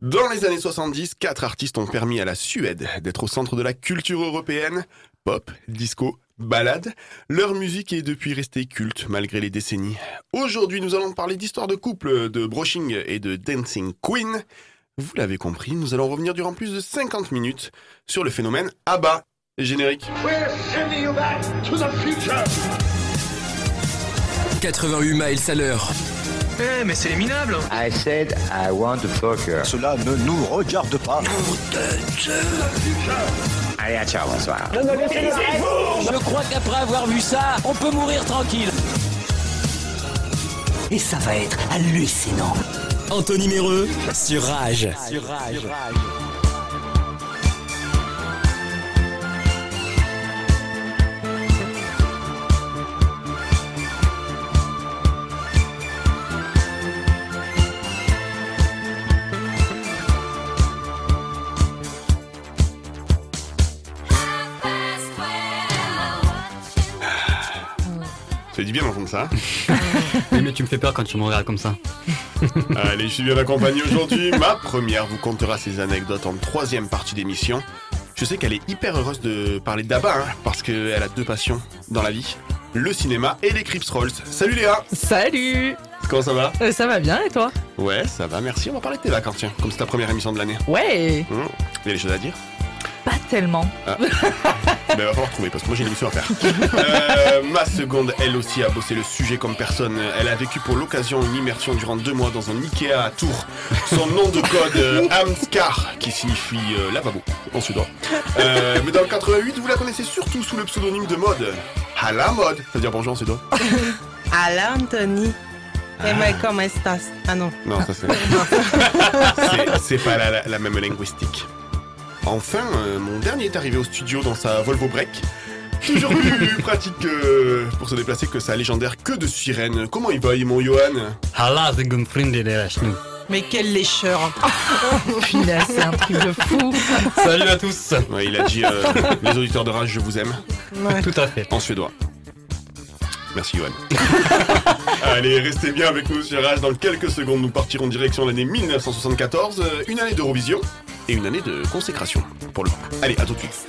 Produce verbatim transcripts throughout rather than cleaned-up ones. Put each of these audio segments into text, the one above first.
Dans les années soixante-dix, quatre artistes ont permis à la Suède d'être au centre de la culture européenne. Pop, disco, ballade, leur musique est depuis restée culte malgré les décennies. Aujourd'hui, nous allons parler d'histoires de couple, de brushing et de dancing queen. Vous l'avez compris, nous allons revenir durant plus de cinquante minutes sur le phénomène ABBA. Générique. We're sending you back to the future. quatre-vingt-huit miles à l'heure. Eh, mais c'est les minables. I said I want to fuck her. Cela ne nous regarde pas. Allez, à ciao, bonsoir. Je crois qu'après avoir vu ça, on peut mourir tranquille. Et ça va être hallucinant. Anthony Méreux sur Rage. Sur Rage. Sur Rage. Ça dit bien d'entendre ça. Oui, mais tu me fais peur quand tu me regardes comme ça. Allez, je suis bien accompagné aujourd'hui. Ma première vous contera ses anecdotes en troisième partie d'émission. Je sais qu'elle est hyper heureuse de parler d'Abba, hein, parce qu'elle a deux passions dans la vie, le cinéma et les Crips Rolls. Salut Léa. Salut. Comment ça va? euh, Ça va bien et toi? Ouais, ça va, merci. On va parler de tes vacances, tiens, comme c'est ta première émission de l'année. Ouais. Mmh. Il y a des choses à dire? Pas tellement. Ah. Ben, il va falloir trouver parce que moi j'ai une émission à faire. euh, ma seconde, elle aussi, a bossé le sujet comme personne. Elle a vécu pour l'occasion une immersion durant deux mois dans un Ikea à Tours. Son nom de code, euh, Amskar, qui signifie euh, lavabo en suédois. Euh, mais dans le quatre-vingt-huit, vous la connaissez surtout sous le pseudonyme de Mode. À la mode, ça veut dire bonjour en suédois. Hola Anthony. Et moi, comment estás? Ah non. Non, ça c'est. c'est, c'est pas la, la, la même linguistique. Enfin, euh, mon dernier est arrivé au studio dans sa Volvo Break. Toujours plus pratique euh, pour se déplacer que sa légendaire queue de sirène. Comment il va, mon Johan? Allah, c'est une friend de la chenou. Mais quel lécheur. Punaise, c'est un truc de fou. Salut à tous. Ouais, il a dit euh, les auditeurs de Rage, je vous aime. Ouais. Tout à fait. En suédois. Merci Johan. Allez, restez bien avec nous sur Rage. Dans quelques secondes, nous partirons direction l'année dix-neuf cent soixante-quatorze, une année d'Eurovision et une année de consécration pour le groupe. Allez, à tout de suite.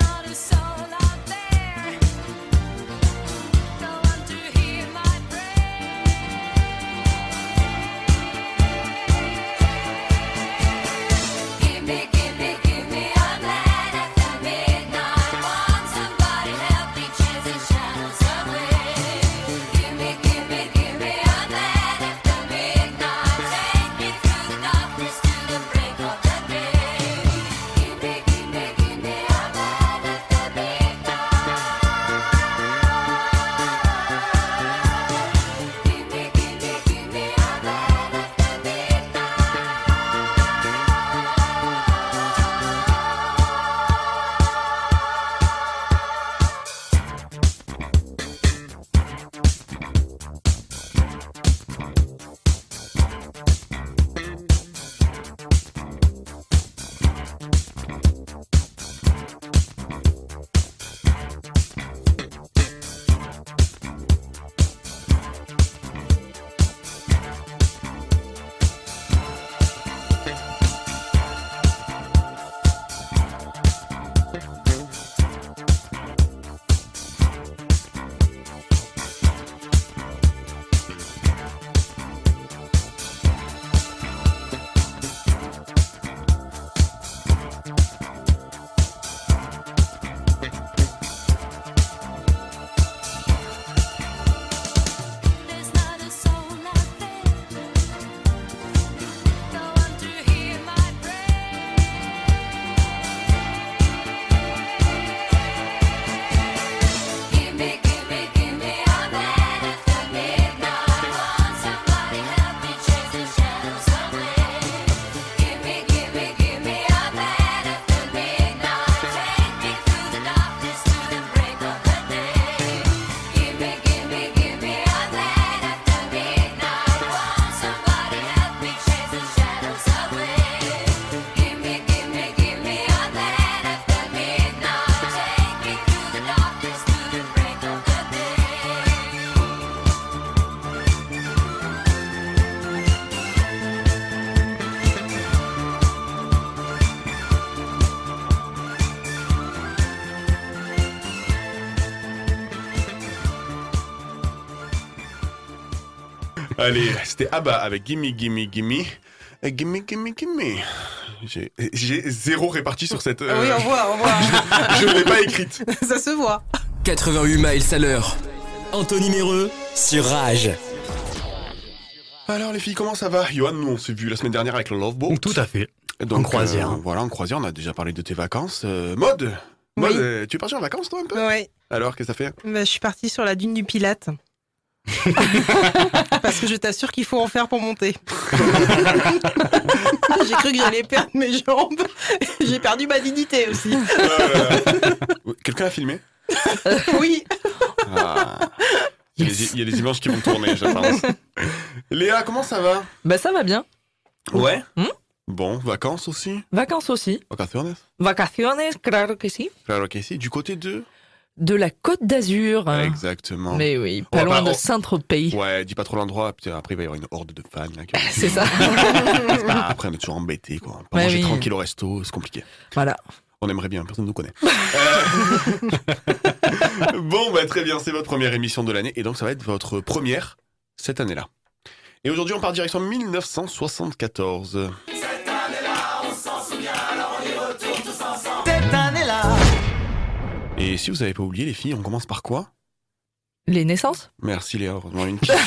Allez, c'était Abba avec Gimme, Gimme, Gimme. Euh, Gimme, Gimme, Gimme. J'ai, j'ai zéro réparti sur cette... Euh... Oui, au revoir, au revoir. Je ne l'ai pas écrite. Ça se voit. quatre-vingt-huit miles à l'heure. Anthony Méreux sur Rage. Alors les filles, comment ça va? Johan, nous on s'est vu la semaine dernière avec le Love Boat. Tout à fait. Donc, en croisière. Euh, voilà, en croisière, on a déjà parlé de tes vacances. Euh, Mode Mode, oui. euh, tu es parti en vacances toi un peu? Oui. Alors, qu'est-ce que ça fait? Bah, je suis partie sur la dune du Pilate. Parce que je t'assure qu'il faut en faire pour monter. J'ai cru que j'allais perdre mes jambes. J'ai perdu ma dignité aussi. Euh, quelqu'un a filmé? Oui. Ah. Il, y a des, il y a des images qui vont tourner, je pense. Léa, comment ça va? Bah ça va bien. Ouais. Hmm? Bon, vacances aussi? Vacances aussi. Vacaciones? Vacaciones, claro que si. Claro que si. Du côté de? De la Côte d'Azur. Exactement. Mais oui, pas loin pas, de on... Saint-Tropez. Ouais, dis pas trop l'endroit, puis après il va y avoir une horde de fans. Là, qui... C'est ça. Ah, après on est toujours embêtés, quoi. Pas ouais, manger oui. tranquille au resto, c'est compliqué. Voilà. On aimerait bien, personne ne nous connaît. Bon, bah très bien, c'est votre première émission de l'année, et donc ça va être votre première cette année-là. Et aujourd'hui, on part direction dix-neuf cent soixante-quatorze. Cette année-là, on s'en souvient, alors on y retourne tous ensemble. Cette année-là. Et si vous n'avez pas oublié, les filles, on commence par quoi? Les naissances? Merci Léa, heureusement une petite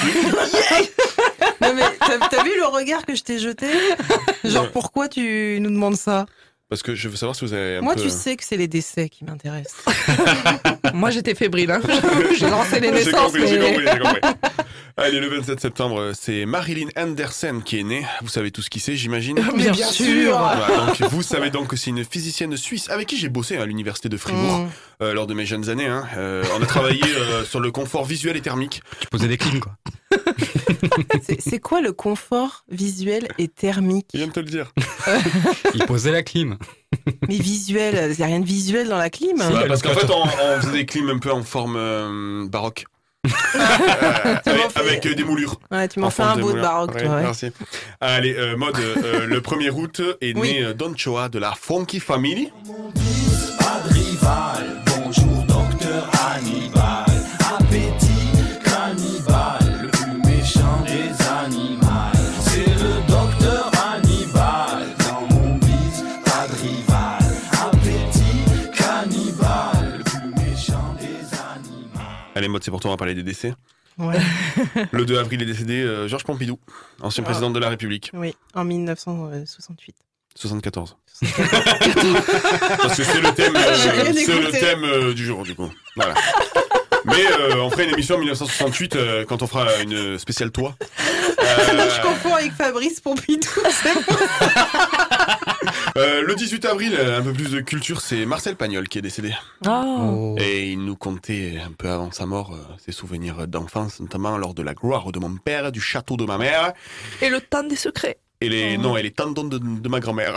Non mais, t'as, t'as vu le regard que je t'ai jeté? Genre, ouais. Pourquoi tu nous demandes ça? Parce que je veux savoir si vous avez un Moi, peu... tu sais que c'est les décès qui m'intéressent. Moi, j'étais fébrile. Hein. J'ai lancé les naissances. J'ai compris, mais... j'ai compris, j'ai compris. Allez, le vingt-sept septembre, c'est Marilyn Anderson qui est née. Vous savez tous qui c'est, j'imagine? Bien, bien sûr. Voilà, donc, vous savez donc que c'est une physicienne suisse avec qui j'ai bossé à l'université de Fribourg mmh. euh, lors de mes jeunes années. Hein. Euh, on a travaillé euh, sur le confort visuel et thermique. Tu posais des clims, quoi. c'est, c'est quoi le confort visuel et thermique? Il vient de te le dire. Il posait la clim. Mais visuel, il n'y a rien de visuel dans la clim. Bah, parce qu'en fait, on, on faisait des clims un peu en forme euh, baroque. euh, avec, avec euh, des moulures. Ouais, tu m'en fais un beau de baroque, ouais, toi. Ouais. Merci. Allez, euh, Mode, euh, le premier août est oui. né euh, Don Choa de la Funky Family. Pas de rival, bonjour docteur Hannibal. Appétit cannibale, le plus méchant des animaux. C'est le docteur Hannibal, dans mon bise, pas de rival. Appétit cannibale, le plus méchant des animaux. Allez, Mode, c'est pour toi, on va parler des décès. Ouais. Le deux avril est décédé euh, Georges Pompidou, ancien ah. président de la République. Oui, en dix-neuf cent soixante-huit. soixante-quatorze. Parce que c'est le thème, euh, c'est le thème euh, du jour, du coup. Voilà. Mais euh, on fera une émission en dix-neuf cent soixante-huit euh, quand on fera une spéciale toi. Euh... Je confonds avec Fabrice Pompidou, c'est bon. euh, Le dix-huit avril, un peu plus de culture, c'est Marcel Pagnol qui est décédé. Oh. Et il nous contait un peu avant sa mort euh, ses souvenirs d'enfance, notamment lors de la gloire de mon père, du château de ma mère. Et le temps des secrets. Et les, oh. non, et les tendons de, de ma grand-mère.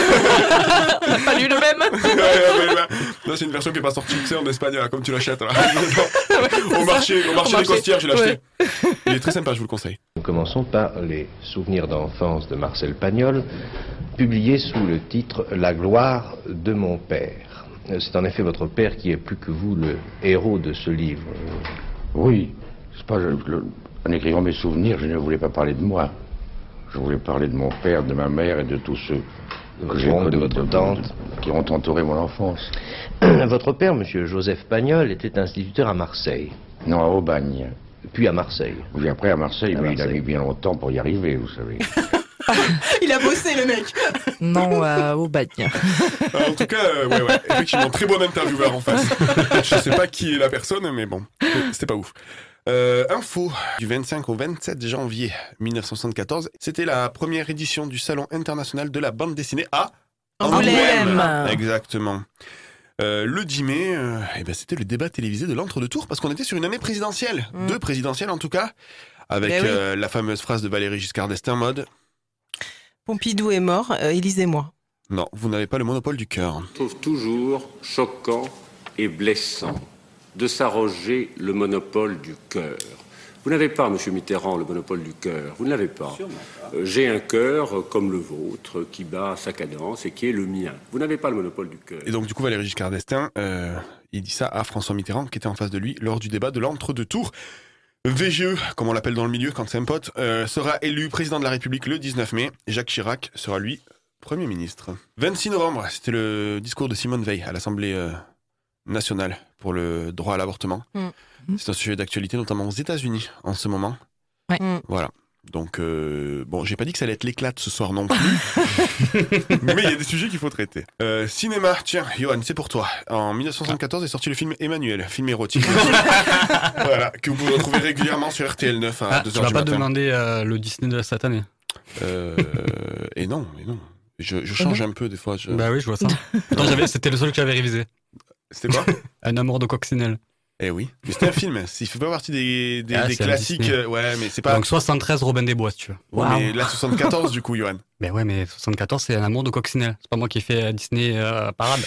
T'as pas lu le même? Ouais, ouais, ouais. Non, c'est une version qui n'est pas sortie, tu sais, en espagnol, comme tu l'achètes. Là. au marché, au marché des Costières, je l'ai acheté. Ouais. Il est très sympa, je vous le conseille. Nous commençons par les souvenirs d'enfance de Marcel Pagnol, publiés sous le titre « La gloire de mon père ». C'est en effet votre père qui est plus que vous le héros de ce livre. Oui, c'est pas, je, le, en écrivant mes souvenirs, je ne voulais pas parler de moi. Je voulais parler de mon père, de ma mère et de tous ceux de votre oncle, de votre tante, qui ont entouré mon enfance. Votre père, monsieur Joseph Pagnol, était instituteur à Marseille. Non, à Aubagne. Puis à Marseille. Oui, après à Marseille, à mais Marseille. Il a mis bien longtemps pour y arriver, vous savez. Il a bossé, le mec. Non, à Aubagne. En tout cas, euh, ouais, ouais, effectivement, très bon intervieweur en face. Je sais pas qui est la personne, mais bon, c'était pas ouf. Euh, info, du vingt-cinq au vingt-sept janvier dix-neuf cent soixante-quatorze, c'était la première édition du Salon international de la bande dessinée à Angoulême. Exactement. Euh, le dix mai, euh, eh ben, c'était le débat télévisé de l'entre-deux-tours, parce qu'on était sur une année présidentielle, mmh. deux présidentielles en tout cas, avec oui. euh, la fameuse phrase de Valéry Giscard d'Estaing, Mode. Pompidou est mort, euh, élisez-moi. Non, vous n'avez pas le monopole du cœur. Je trouve toujours choquant et blessant de s'arroger le monopole du cœur. Vous n'avez pas, monsieur Mitterrand, le monopole du cœur. Vous ne l'avez pas. Euh, j'ai un cœur euh, comme le vôtre, qui bat sa cadence et qui est le mien. Vous n'avez pas le monopole du cœur. Et donc, du coup, Valéry Giscard d'Estaing, euh, il dit ça à François Mitterrand, qui était en face de lui lors du débat de l'entre-deux-tours. V G E, comme on l'appelle dans le milieu quand c'est un pote, euh, sera élu président de la République le dix-neuf mai. Jacques Chirac sera lui Premier ministre. vingt-six novembre, c'était le discours de Simone Veil à l'Assemblée euh, nationale pour le droit à l'avortement. Mm. C'est un sujet d'actualité, notamment aux États-Unis en ce moment. Ouais. Voilà. Donc, euh, bon, j'ai pas dit que ça allait être l'éclate ce soir non plus, mais il y a des sujets qu'il faut traiter. Euh, cinéma, tiens, Johan, c'est pour toi. En dix-neuf cent soixante-quatorze est sorti le film Emmanuel, film érotique. Voilà, que vous pouvez retrouver régulièrement sur R T L neuf à ah, deux heures tu vas du pas matin. demander euh, le Disney de cette année euh, Et non, et non. Je, je change un peu des fois. Je... Bah oui, je vois ça. Attends, j'avais, c'était le seul que j'avais révisé. C'était quoi? Un amour de coccinelle. Eh oui, mais c'était un film. Il fait pas partie des, des, ah, des classiques. Euh, ouais, mais c'est pas. Donc soixante-treize, Robin des Bois, si tu veux. Ouais, wow. Mais là, soixante-quatorze, du coup, Johan. Ben ouais, mais soixante-quatorze, c'est un amour de coccinelle. C'est pas moi qui ai fait Disney euh, Parade.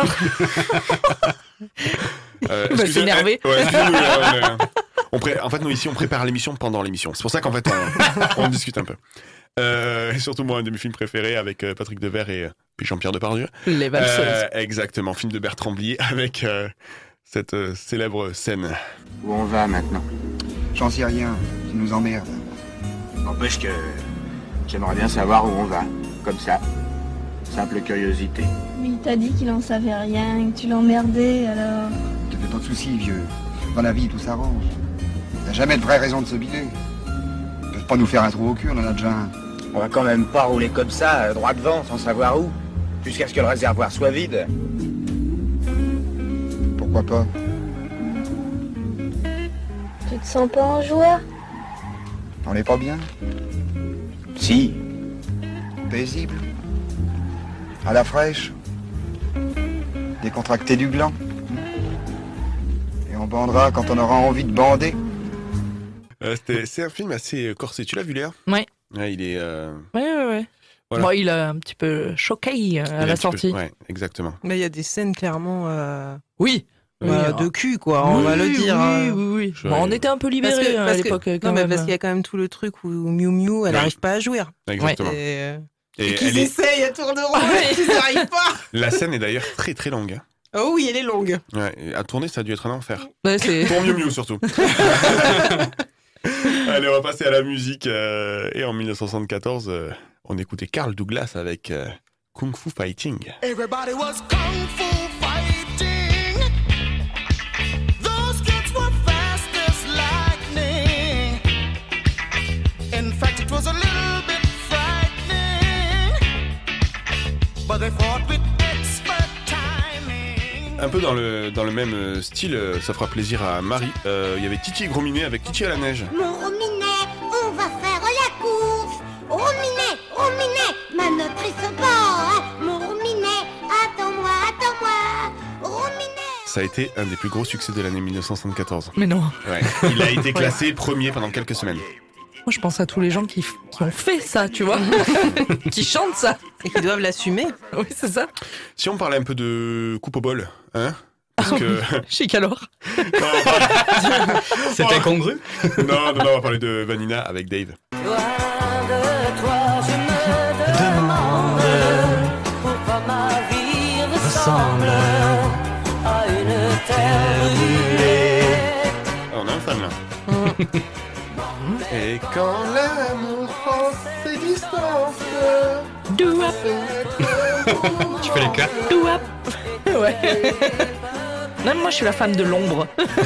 euh, il va s'énerver. Eh, ouais, excusez-nous. euh, on pré... En fait, nous, ici, on prépare l'émission pendant l'émission. C'est pour ça qu'en fait, on, on discute un peu. Euh, et surtout, moi, un de mes films préférés avec euh, Patrick Devers et euh, puis Jean-Pierre Depardieu. Les valseuses. Euh, exactement, film de Bertrand Blier avec. Euh, cette euh, célèbre scène. Où on va maintenant? J'en sais rien, tu nous emmerdes. N'empêche que j'aimerais bien savoir où on va, comme ça. Simple curiosité. Mais il t'a dit qu'il en savait rien, que tu l'emmerdais, alors... Ne te fais pas de soucis, vieux. Dans la vie, tout s'arrange. T'as jamais de vraie raison de se biler. Ils peuvent pas nous faire un trou au cul, on en a déjà un. On va quand même pas rouler comme ça, droit devant, sans savoir où, jusqu'à ce que le réservoir soit vide. Pourquoi pas? Tu te sens pas en joie? On est pas bien? Si. Paisible? À la fraîche? Décontracté du gland? Et on bandera quand on aura envie de bander? euh, C'est un film assez corsé. Tu l'as vu, Léa? Ouais. Ouais, il est... Euh... Ouais, ouais, ouais. Voilà. Bon, il a un petit peu choqué à la sortie. Peu... Ouais, exactement. Mais il y a des scènes clairement... Euh... Oui. Euh, oui, de cul, quoi, on oui, va le dire. Oui, oui, oui. Je... Bon, on était un peu libérés à l'époque. Non, mais parce qu'il y a quand même tout le truc où Miu Miu, elle n'arrive ouais. pas à jouir. Exactement. Ouais. Et, euh... et, et qu'ils est... essayent à tour de rôle, mais ils n'y arrivent pas. La scène est d'ailleurs très très longue. Oh oui, elle est longue. Ouais, à tourner, ça a dû être un enfer. Ouais, c'est... Pour Miu Miu, surtout. Allez, on va passer à la musique. Euh, et en dix-neuf cent soixante-quatorze, euh, on écoutait Carl Douglas avec euh, Kung Fu Fighting. Everybody was Kung Fu fighting. Those kids were fast as lightning. In fact, it was a little bit frightening. But they fought with expert timing. Un peu dans le, dans le même style, ça fera plaisir à Marie. Il euh, y avait Titi et Gros Minet avec Titi à la neige. Mon Gros Minet, on va faire la course. Gros Minet, Gros Minet, ma notrice pas, hein. Mon Gros Minet, attends-moi, attends-moi. Gros Minet. Ça a été un des plus gros succès de l'année dix-neuf cent soixante-quatorze. Mais non. Ouais. Il a été classé ouais. premier pendant quelques semaines. Moi, je pense à tous les gens qui, qui ont fait ça, tu vois, qui chantent ça et qui doivent l'assumer. Oui, c'est ça. Si on parlait un peu de coupe au bol, hein? Parce que... Chic alors. C'était incongru. Non, non, non, on va parler de Vanina avec Dave. Loin de toi, je me demande pourquoi ma vie ressemble à une terre brûlée. On a un fan là. Et quand l'amour prend ses distances, do up. Tu fais les cœurs. Do up. Ouais. Même moi, je suis la femme de l'ombre.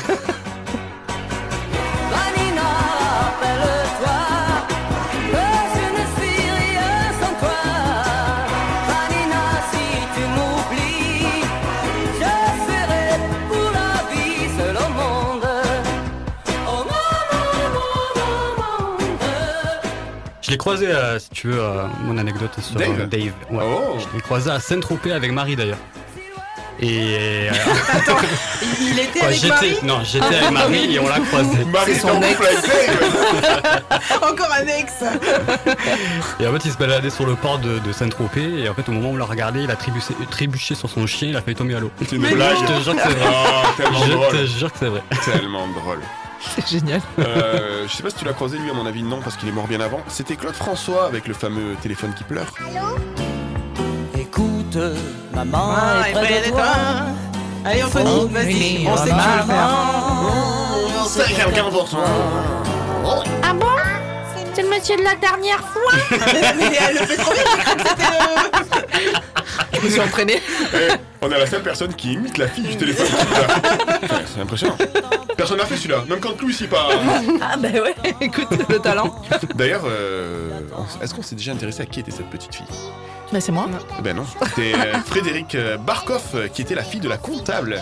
Vanina, rappelle-toi que je ne suis rien sans toi. Vanina, si tu m'oublies, je serai pour la vie seul au monde. Au monde, au monde, au monde. Je l'ai croisé, euh, si tu veux, euh, mon anecdote sur Dave. Euh, Dave. Ouais. Oh. Je l'ai croisé à Saint-Tropez avec Marie d'ailleurs. Et euh... Attends, il était Quoi, avec j'étais... Marie. Non, j'étais avec Marie et on l'a croisé. Marie, c'est son ex. Encore un ex. Et en fait, il se baladait sur le port de, de Saint-Tropez et en fait, au moment où on l'a regardé, il a trébuché, trébuché sur son chien, il a failli tomber à l'eau. C'est une blague. Je te jure que c'est vrai. Oh, tellement je drôle. te jure que c'est vrai. Tellement drôle. C'est génial. Euh, je sais pas si tu l'as croisé lui, à mon avis non, parce qu'il est mort bien avant. C'était Claude François avec le fameux téléphone qui pleure. Allô? Écoute, maman Ah, est près de toi. Allez Anthony, vas-y, on sait que tu veux le faire. Maman cinquante pour cent. Ah bon? C'est le monsieur de la dernière fois. Mais elle le fait trop bien. C'était le... Je me suis entraîné. Eh, on est la seule personne qui imite la fille du téléphone. Ouais, c'est impressionnant. Personne n'a fait celui-là, même quand Louis s'y pas. Ah bah ouais, écoute, le talent. D'ailleurs, euh, est-ce qu'on s'est déjà intéressé à qui était cette petite fille? Bah c'est moi. Eh ben non, c'était euh, Frédéric Barkoff, euh, qui était la fille de la comptable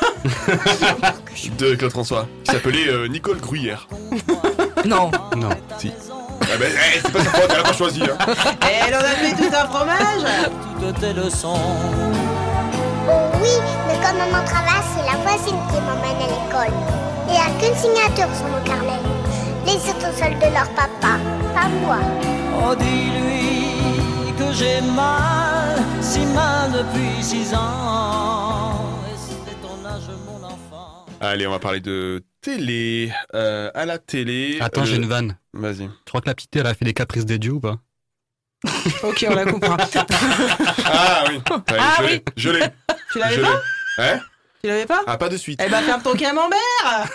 de Claude François, qui s'appelait euh, Nicole Gruyère. Non. Non. Si. Ah ben, hey, c'est pas sa faute, elle a pas choisi. Hein. Elle en a fait tout un fromage. Toutes tes leçons. Oh oui, mais quand maman travaille, c'est la voisine qui m'emmène à l'école. Il n'y a qu'une signature sur mon carnet. Les autres seuls de leur papa, pas moi. Oh, dis-lui que j'ai mal, si mal depuis six ans. Et c'est ton âge, mon enfant. Allez, on va parler de télé. Euh, à la télé. Attends, euh, j'ai une vanne. Vas-y. Tu crois que la petite elle a fait des caprices des dieux ou pas? Ok, on la coupera. Ah oui. Ouais, Ah je oui. l'ai. Je l'ai. Tu l'avais Je pas? l'ai. Hein? Tu l'avais pas? Ah, pas de suite. Eh ben ferme ton camembert.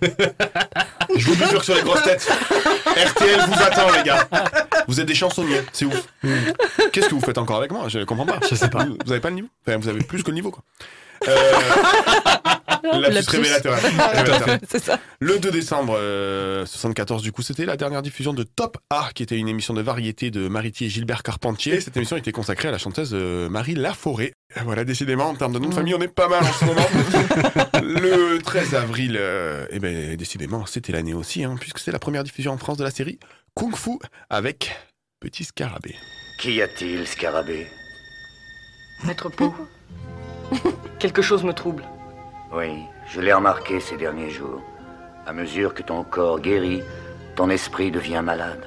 Je vous bifurque sur les grosses têtes. R T L vous attend, les gars. Vous êtes des chansonniers, c'est ouf. Qu'est-ce que vous faites encore avec moi? Je comprends pas. Je sais pas. Vous, vous avez pas le niveau? Enfin, vous avez plus que le niveau, quoi. Euh... Lapsus révélateur. révélateur. C'est ça. Le deux décembre euh, soixante-quatorze, du coup, c'était la dernière diffusion de Top A, qui était une émission de variété de Mariti et Gilbert Carpentier. Cette émission était consacrée à la chanteuse euh, Marie Laforêt. Voilà, décidément, en termes de nom de famille, on est pas mal en ce moment. Le treize avril, euh, eh ben, décidément, c'était l'année aussi, hein, puisque c'est la première diffusion en France de la série Kung Fu avec Petit Scarabée. Qu'y a-t-il, Scarabée? Maître Po, quelque chose me trouble. Oui, je l'ai remarqué ces derniers jours. À mesure que ton corps guérit, ton esprit devient malade.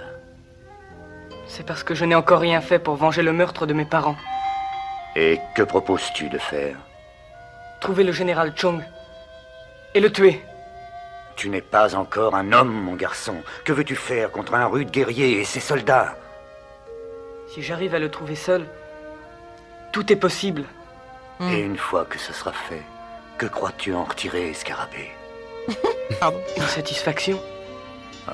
C'est parce que je n'ai encore rien fait pour venger le meurtre de mes parents. Et que proposes-tu de faire? Trouver le général Chong et le tuer. Tu n'es pas encore un homme, mon garçon. Que veux-tu faire contre un rude guerrier et ses soldats? Si j'arrive à le trouver seul, tout est possible. Et une fois que ce sera fait, que crois-tu en retirer, Scarabée? Pardon. Une satisfaction. Ah.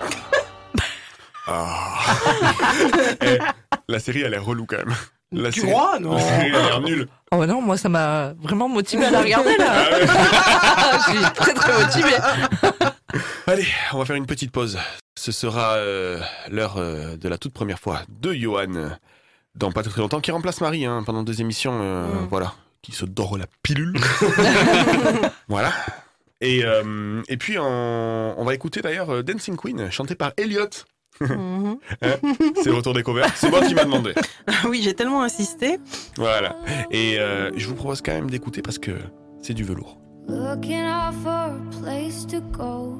Ah. Eh, la série, elle est relou quand même. La Tu série, crois? Non. La série, elle a l'air nulle. Oh non, moi ça m'a vraiment motivé à la regarder là. Ah ouais. Je suis très très motivée. Allez, on va faire une petite pause. Ce sera euh, l'heure euh, de la toute première fois de Johan, dans pas très longtemps, qui remplace Marie hein, pendant deux émissions. Euh, mm. Voilà, qui se dort la pilule. Voilà. Et, euh, et puis, on, on va écouter d'ailleurs Dancing Queen, chanté par Elliot. Mm-hmm. Hein, c'est le retour des covers. C'est moi qui m'a demandé. Oui, j'ai tellement insisté. Voilà. Et euh, je vous propose quand même d'écouter parce que c'est du velours. Looking out for a place to go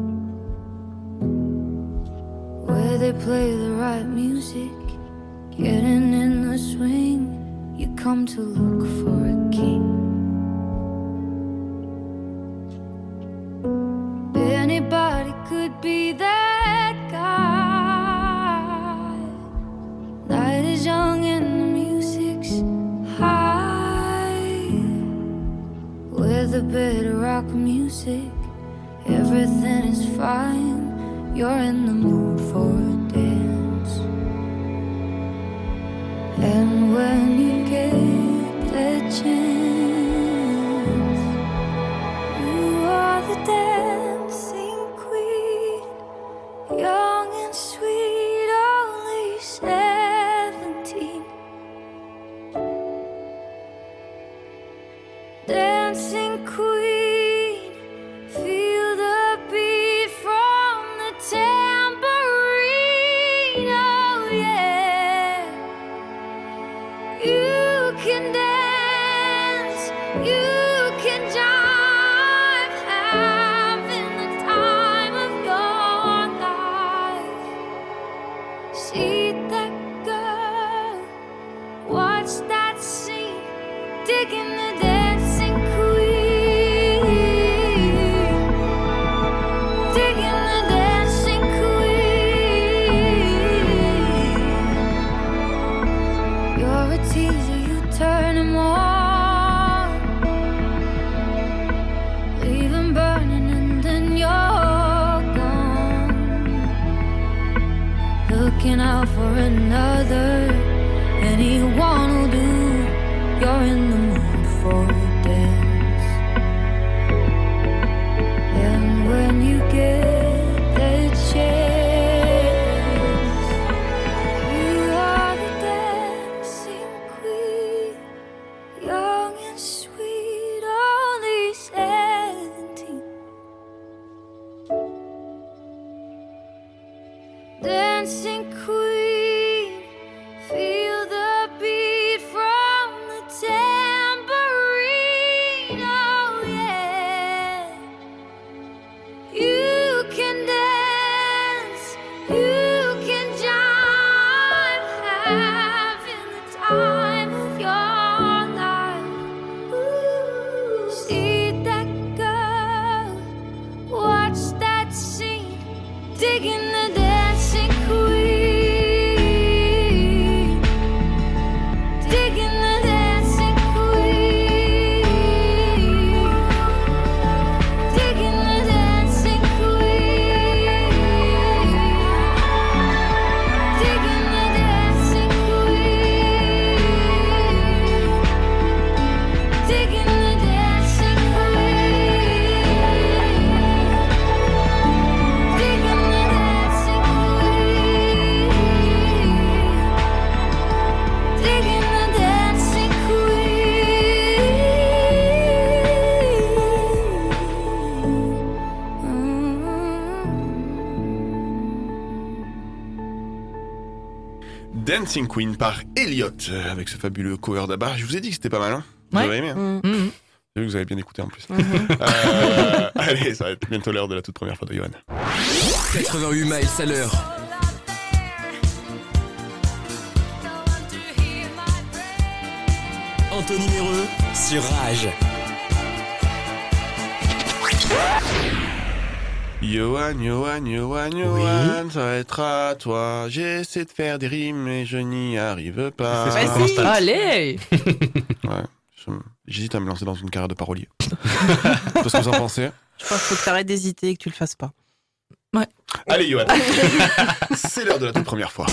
where they play the right music, getting in the swing. You come to look for a king. Anybody could be that guy. Night is young and the music's high. With a bit of rock music, everything is fine. You're in the mood for a dance. And when you get that chance, you are the dancing queen, young and sweet, only seventeen. Dancing queen, feel the beat from the tambourine, oh yeah. You can dance, you can jive, having the time of your life. See that girl, watch that scene, digging the dancing queen, digging the dancing queen. You're a teaser, you turn him on, leave him burning and then you're out for another. Anyone will do. You're in the mood for a dance. And when you get the chance, you are the dancing queen, young and sweet, only seventeen. Dancing queen, feel the beat from the tambourine, oh yeah. You can dance, you can jive, having the time of your life. Ooh, see that girl, watch that scene, digging the dancing queen, digging the dancing queen, digging the dancing queen, digging the dancing queen, digging the dancing Dancing Queen par Elliot, euh, avec ce fabuleux cover d'Abba. Je vous ai dit que c'était pas mal, hein. Vous Ouais. avez aimé, hein. Mmh. J'ai vu que vous avez bien écouté en plus. Euh, allez, ça va être bientôt l'heure de la toute première fois de Johan. quatre-vingt-huit miles à l'heure. Anthony Méreux sur Rage. Johan, Johan, Johan, Johan, ça va être à toi. J'essaie de faire des rimes mais je n'y arrive pas. C'est ce qu'on constate. Allez. Ouais, je- j'hésite à me lancer dans une carrière de parolier. Qu'est-ce que vous en pensez? Je crois qu'il faut que tu arrêtes d'hésiter et que tu le fasses pas. Ouais. Allez, Johan. C'est l'heure de la toute première fois.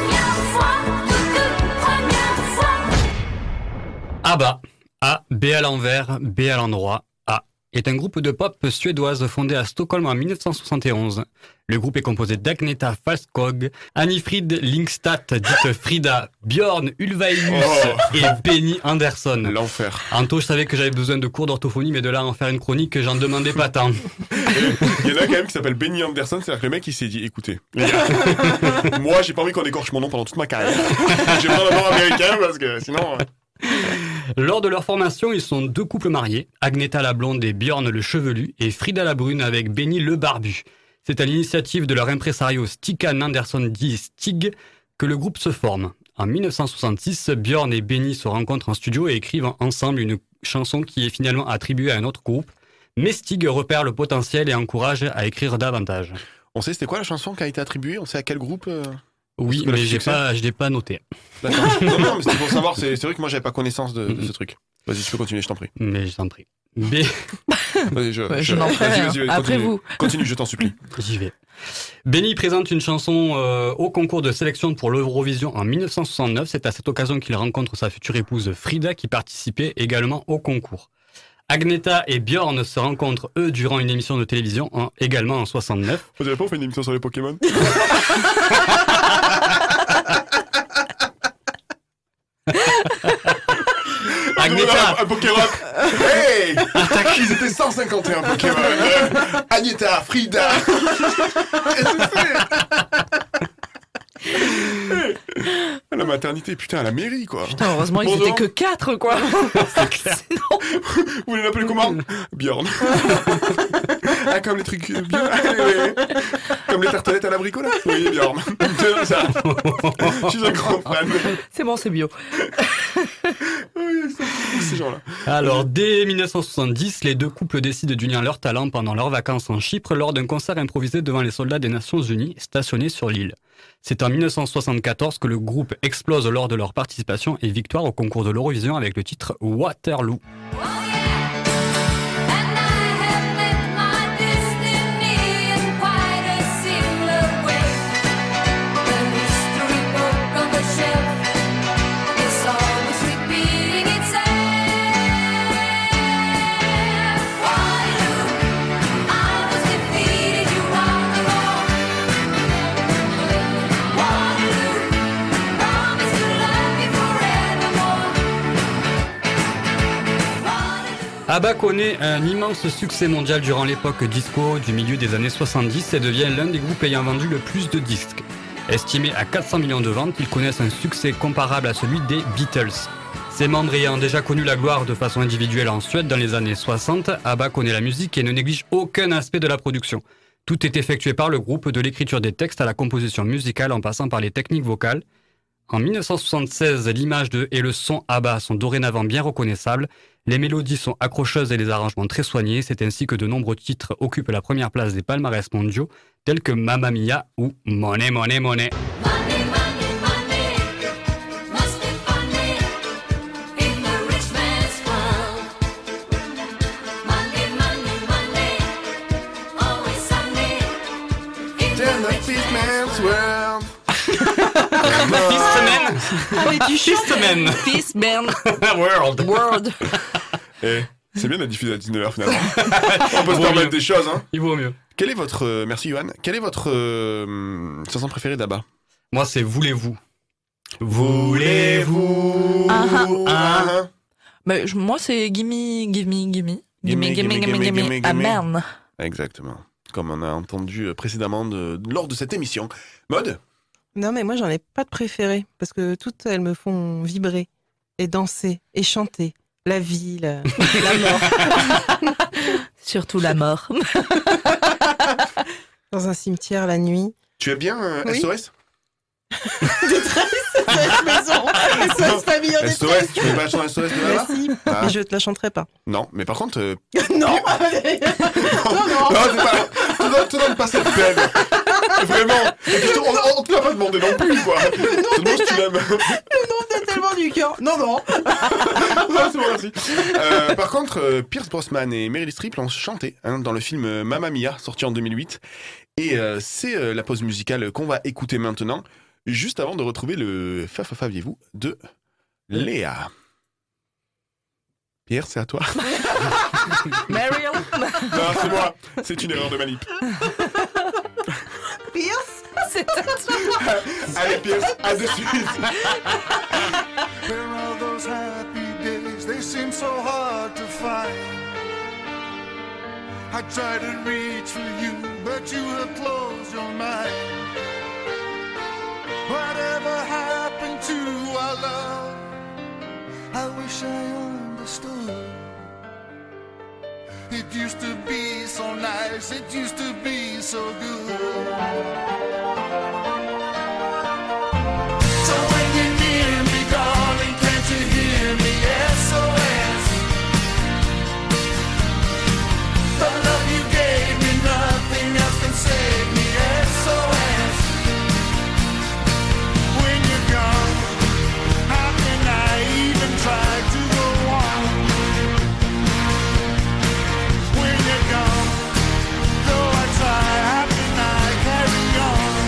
ABBA, A, B à l'envers, B à l'endroit, A, est un groupe de pop suédoise fondé à Stockholm en dix-neuf cent soixante et onze. Le groupe est composé d'Agneta Fältskog, Annifrid Lyngstad, dite Frida, Björn Ulvaeus Oh. et Benny Andersson. L'enfer. Anto, je savais que j'avais besoin de cours d'orthophonie, mais de là à en faire une chronique, j'en demandais pas tant. Il y en a quand même qui s'appelle Benny Anderson, c'est-à-dire que le mec il s'est dit écoutez, les gars, moi j'ai pas envie qu'on écorche mon nom pendant toute ma carrière. J'ai besoin d'un nom américain parce que sinon. euh, Lors de leur formation, ils sont deux couples mariés, Agneta la blonde et Björn le chevelu, et Frida la brune avec Benny le barbu. C'est à l'initiative de leur impresario Stickan Andersson dit Stig que le groupe se forme. En dix-neuf cent soixante-six, Björn et Benny se rencontrent en studio et écrivent ensemble une chanson qui est finalement attribuée à un autre groupe. Mais Stig repère le potentiel et encourage à écrire davantage. On sait c'était quoi la chanson qui a été attribuée? On sait à quel groupe euh, Oui, que la mais j'ai succès pas, je l'ai pas noté. D'accord. Non, non, mais c'était pour savoir, c'est, c'est vrai que moi j'avais pas connaissance de, de ce truc. Vas-y, tu peux continuer, je t'en prie. Mais je t'en prie. B. Vas-y, je, Ouais, je n'en ferai vas-y, rien. vas-y, vas-y, Après continue. vous. Continue, je t'en supplie. J'y vais. Benny présente une chanson euh, au concours de sélection pour l'Eurovision en dix-neuf cent soixante-neuf. C'est à cette occasion qu'il rencontre sa future épouse Frida qui participait également au concours. Agneta et Björn se rencontrent eux durant une émission de télévision en, également en soixante-neuf. On dirait pas on fait une émission sur les Pokémon? Agneta. Un, un Pokémon. Hey, ils étaient cent cinquante et un Pokémon. Euh, Agneta, Frida. Qu'est-ce que c'est? La maternité, putain, à la mairie, quoi. Putain, heureusement, ils Bonjour. étaient que quatre, quoi. Sinon... Vous voulez l'appeler comment? Björn. Ah, comme les trucs bien. Comme les tartelettes à l'abricot, là. Oui, Björn. C'est ça. Je suis un grand fan. C'est bon, c'est bio. Oui, ces gens-là. Alors, dès dix-neuf cent soixante-dix, les deux couples décident d'unir leurs talents pendant leurs vacances en Chypre lors d'un concert improvisé devant les soldats des Nations Unies stationnés sur l'île. C'est en dix-neuf cent soixante-quatorze que le groupe explose lors de leur participation et victoire au concours de l'Eurovision avec le titre Waterloo. History ABBA connaît un immense succès mondial durant l'époque disco du milieu des années soixante-dix et devient l'un des groupes ayant vendu le plus de disques. Estimé à quatre cents millions de ventes, ils connaissent un succès comparable à celui des Beatles. Ses membres ayant déjà connu la gloire de façon individuelle en Suède dans les années soixante, ABBA connaît la musique et ne néglige aucun aspect de la production. Tout est effectué par le groupe, de l'écriture des textes à la composition musicale en passant par les techniques vocales. En dix-neuf cent soixante-seize, l'image de et le son ABBA sont dorénavant bien reconnaissables. Les mélodies sont accrocheuses et les arrangements très soignés. C'est ainsi que de nombreux titres occupent la première place des palmarès mondiaux, tels que Mamma Mia ou Money Money Money. Fistman. Ah mais tu chantes Fistman. Fistman. World. World. Eh, c'est bien de diffuser à dix-neuf heures finalement. On peut se permettre des choses, hein. Il vaut mieux. Quel est votre... Euh, merci Johan. Quelle est votre euh, chanson préférée d'ABBA? Moi, c'est Voulez-vous. Voulez-vous. Uh-huh. Uh-huh. Bah, je- moi, c'est Gimme, Gimme, Gimme. Gimme, Gimme, Gimme, Gimme, Amen. Exactement. Comme on a entendu précédemment de, lors de cette émission. Mode? Non, mais moi, j'en ai pas de préféré. Parce que toutes, elles me font vibrer et danser et chanter. La vie, la, la mort. Surtout la mort. Dans un cimetière la nuit. Tu aimes bien euh, Oui. S O S? Détresse, S O S maison, S O S famille en S O détresse. S, tu veux pas la chanson S O S de Bah là-bas? si, Ah. mais je te la chanterai pas. Non, mais par contre... euh, non Non, non Non, c'est pas... Tu donnes, tu donnes pas cette peine. Vraiment. Et puis, on, on te l'a pas demandé non plus, quoi. Seulement si tu l'aimes. Le nom vient tellement du cœur. Non, non. Non, c'est bon, merci. Euh, par contre, euh, Pierce Brosnan et Meryl Streep l'ont chanté hein, dans le film euh, Mamma Mia, sorti en deux mille huit. Et euh, c'est euh, la pause musicale qu'on va écouter maintenant, juste avant de retrouver le Fa Fa Faviez-vous de Léa. Pierre, c'est à toi. Mariel. Non, c'est moi. C'est une erreur de manip. Pierce, c'est à toi. Allez, Pierce, à de suite. Where are those happy days? They seem so hard to find. I try to reach for you, but you have closed your mind. Whatever happened to our love? I wish I understood. It used to be so nice, it used to be so good. So when you're near me, darling, can't you hear me? S O S. The love you gave me, nothing else can save me. S O S. When you're gone, how can I even try to go on? When you're gone, though I try, how can I carry on?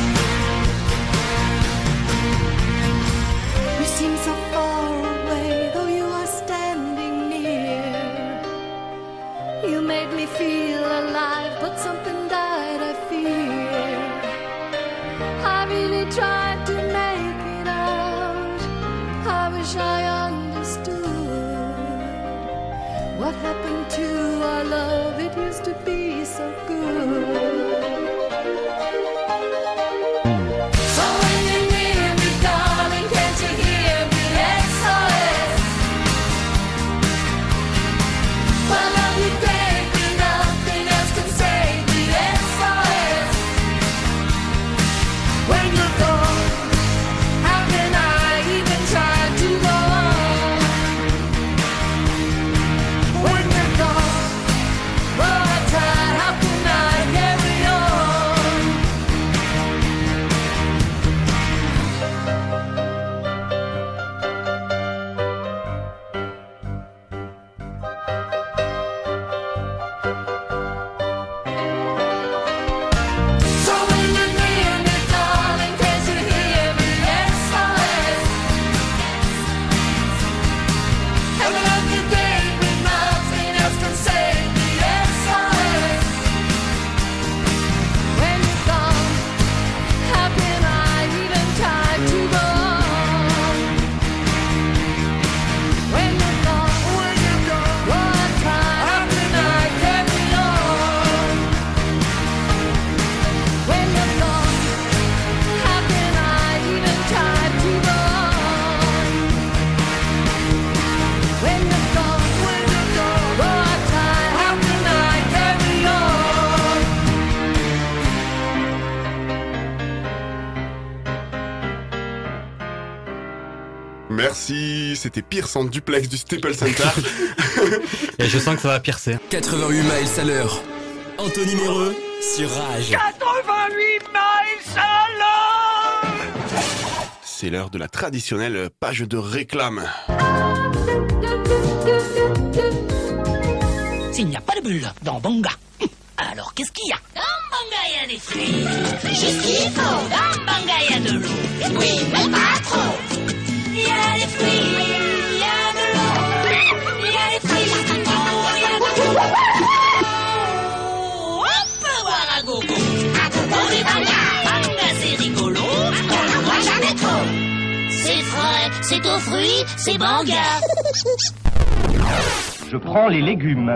You seem so far away, though you are standing near. You made me feel alive, but something died, I fear. I really tried to make it out. I wish I understood what happened to our love. It used to be so good. So when you're near me, darling, can't you hear me? S O S. My love you gave me, nothing else can save me. S O S. When you're gone, how can I even try to go on? When you're gone, oh I tried, how can I carry on? So when you're near me, darling, can't you hear me? S O S. And the love you gave me, nothing else can save me. S O S. When you're gone, how can I even try to go on? When you're gone, when you're gone, oh I try, When you're gone, when you're gone, oh, I die, how can I carry on? Merci, c'était Pierce en duplex du Staples Center. Et je sens que ça va piercer. quatre-vingt-huit miles à l'heure. Anthony Méreux sur Rage. quatre-vingt-huit miles à l'heure. C'est l'heure de la traditionnelle page de réclame. S'il n'y a pas de bulle dans Banga, alors qu'est-ce qu'il y a? Dans Banga, il y a des fruits. C'est juste ce qu'il faut. Dans Banga, il y a de l'eau. Oui, mais pas trop. Il y a des fruits, il y a de l'eau. Il y a des fruits, il y a de l'eau. On peut boire à gogo. À gogo des Banga. Banga, c'est rigolo. On n'en voit jamais trop. C'est frais, c'est aux fruits, c'est Banga. Je prends les légumes.